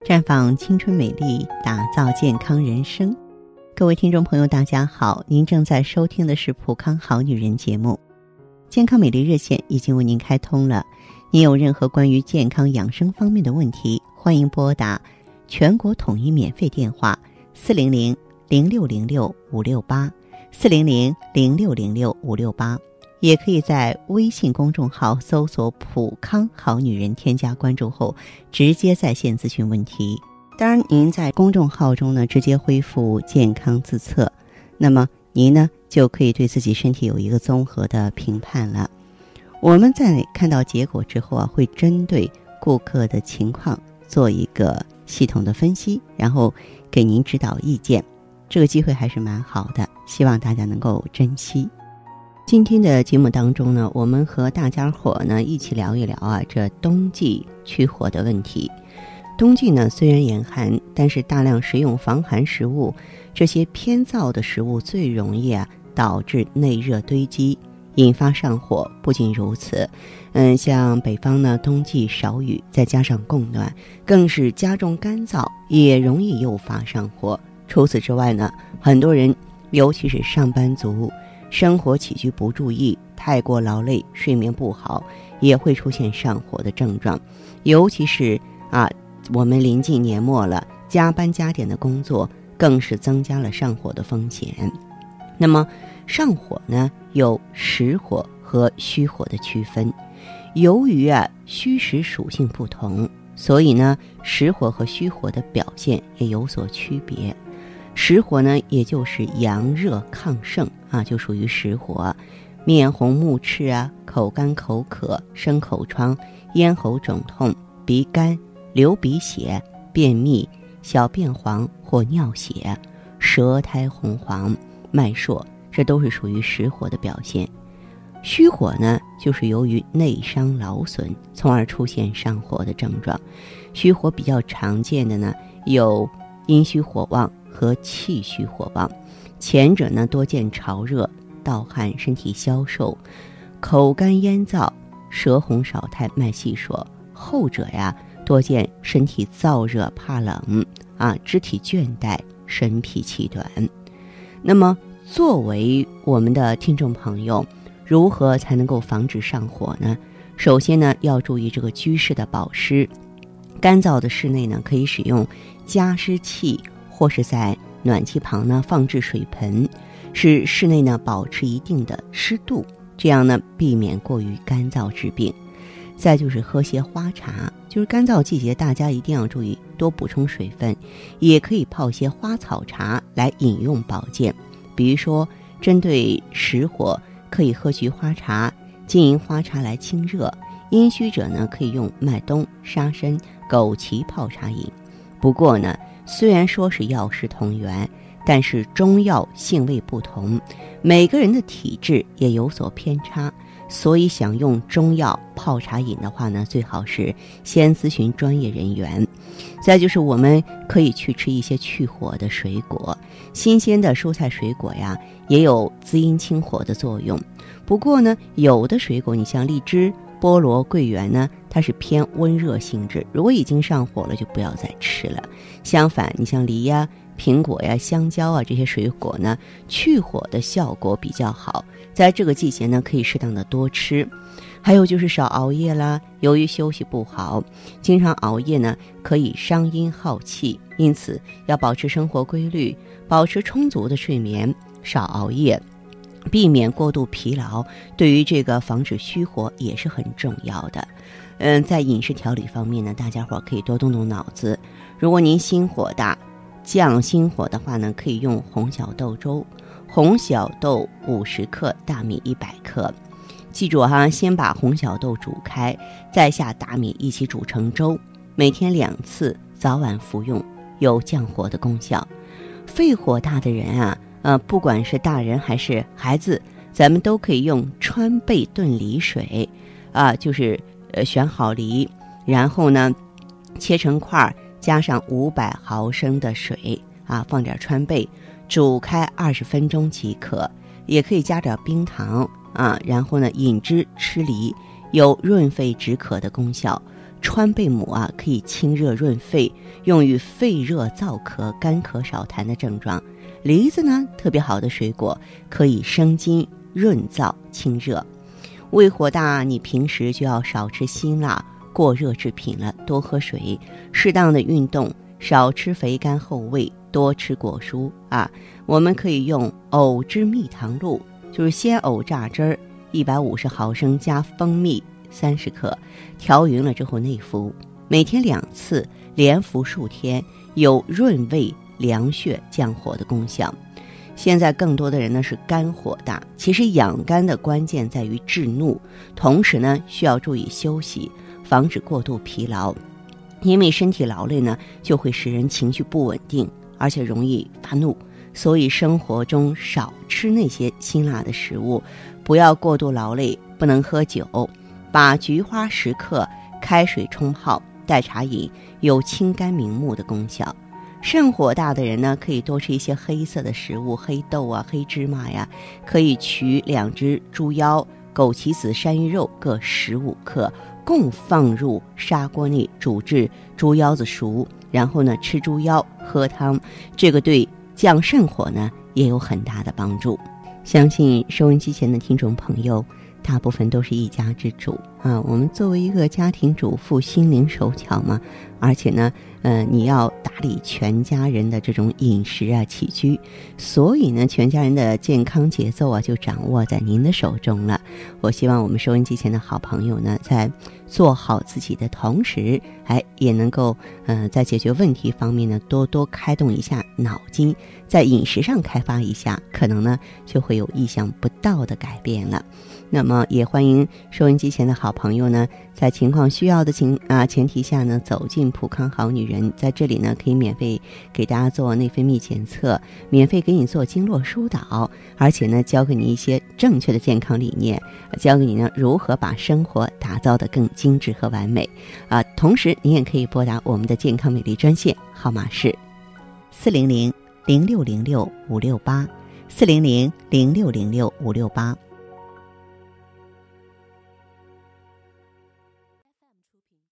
绽放青春美丽，打造健康人生。各位听众朋友大家好，您正在收听的是普康好女人节目。健康美丽热线已经为您开通了，您有任何关于健康养生方面的问题，欢迎拨打全国统一免费电话400-0606-568，400-0606-568，也可以在微信公众号搜索普康好女人，添加关注后直接在线咨询问题。当然您在公众号中呢直接恢复健康自测，那么您呢就可以对自己身体有一个综合的评判了。我们在看到结果之后会针对顾客的情况做一个系统的分析，然后给您指导意见。这个机会还是蛮好的，希望大家能够珍惜。今天的节目当中呢，我们和大家伙呢一起聊一聊这冬季去火的问题。冬季呢虽然严寒，但是大量食用防寒食物，这些偏燥的食物最容易导致内热堆积，引发上火。不仅如此，像北方呢冬季少雨，再加上供暖，更是加重干燥，也容易诱发上火。除此之外呢，很多人尤其是上班族，生活起居不注意，太过劳累，睡眠不好，也会出现上火的症状。尤其是我们临近年末了，加班加点的工作更是增加了上火的风险。那么上火呢有实火和虚火的区分，由于虚实属性不同，所以呢实火和虚火的表现也有所区别。实火呢也就是阳热亢盛就属于实火，面红目赤口干口渴，生口疮，咽喉肿痛，鼻干，流鼻血，便秘，小便黄或尿血，舌苔红黄，脉数，这都是属于实火的表现。虚火呢就是由于内伤劳损，从而出现上火的症状。虚火比较常见的呢有阴虚火旺和气虚火旺，前者呢多见潮热、盗汗、身体消瘦、口干咽燥、舌红少苔、脉细数，后者多见身体燥热、怕冷肢体倦怠、神疲气短。那么作为我们的听众朋友，如何才能够防止上火呢？首先呢要注意这个居室的保湿，干燥的室内呢可以使用加湿器，或是在暖气旁呢放置水盆，使室内呢保持一定的湿度，这样呢避免过于干燥致病。再就是喝些花茶，就是干燥季节大家一定要注意多补充水分，也可以泡些花草茶来饮用保健。比如说针对实火可以喝菊花茶、金银花茶来清热，阴虚者呢可以用麦冬、沙参、枸杞泡茶饮。不过呢虽然说是药食同源，但是中药性味不同，每个人的体质也有所偏差，所以想用中药泡茶饮的话呢，最好是先咨询专业人员。再就是我们可以去吃一些去火的水果，新鲜的蔬菜水果也有滋阴清火的作用。不过呢有的水果你像荔枝、菠萝、桂圆呢，它是偏温热性质，如果已经上火了就不要再吃了。相反你像梨苹果香蕉这些水果呢，去火的效果比较好，在这个季节呢可以适当的多吃。还有就是少熬夜啦，由于休息不好，经常熬夜呢可以伤阴耗气，因此要保持生活规律，保持充足的睡眠，少熬夜，避免过度疲劳，对于这个防止虚火也是很重要的。在饮食调理方面呢，大家伙可以多动动脑子。如果您心火大，降心火的话呢，可以用红小豆粥，红小豆50克，大米100克。记住先把红小豆煮开，再下大米一起煮成粥，每天2次，早晚服用，有降火的功效。肺火大的人不管是大人还是孩子，咱们都可以用川贝炖梨水就是选好梨，然后呢切成块，加上500毫升的水放点川贝，煮开20分钟即可。也可以加点冰糖然后呢饮之吃梨，有润肺止渴的功效。 川贝母啊，可以清热润肺，用于肺热燥咳、干咳少痰的症状。梨子呢，特别好的水果，可以生津、润燥、清热。胃火大，你平时就要少吃辛辣、过热制品了，多喝水，适当的运动，少吃肥甘厚味，多吃果蔬啊。我们可以用藕汁蜜糖露，就是鲜藕榨汁儿150毫升加蜂蜜30克，调匀了之后内服，每天2次，连服数天，有润胃、凉血、降火的功效。现在更多的人呢是肝火大，其实养肝的关键在于制怒，同时呢需要注意休息，防止过度疲劳。因为身体劳累呢，就会使人情绪不稳定，而且容易发怒。所以生活中少吃那些辛辣的食物，不要过度劳累，不能喝酒，把菊花10克开水冲泡，代茶饮，有清肝明目的功效。肾火大的人呢，可以多吃一些黑色的食物，黑豆啊、黑芝麻呀，可以取2只猪腰、枸杞子、山芋肉各15克，共放入砂锅内煮至猪腰子熟，然后呢吃猪腰喝汤，这个对降肾火呢也有很大的帮助。相信收音机前的听众朋友大部分都是一家之主啊，我们作为一个家庭主妇，心灵手巧嘛，而且呢你要打理全家人的这种饮食啊起居，所以呢全家人的健康节奏啊就掌握在您的手中了。我希望我们收音机前的好朋友呢，在做好自己的同时，也能够在解决问题方面呢多多开动一下脑筋，在饮食上开发一下，可能呢就会有意想不到的改变了。那么也欢迎收音机前的好朋友呢，在情况需要的前提下呢，走进普康好女人，在这里呢可以免费给大家做内分泌检测，免费给你做经络疏导，而且呢教给你一些正确的健康理念，教给你呢如何把生活打造得更精致和完美同时你也可以拨打我们的健康美丽专线，号码是400-0606-568 400-0606-568。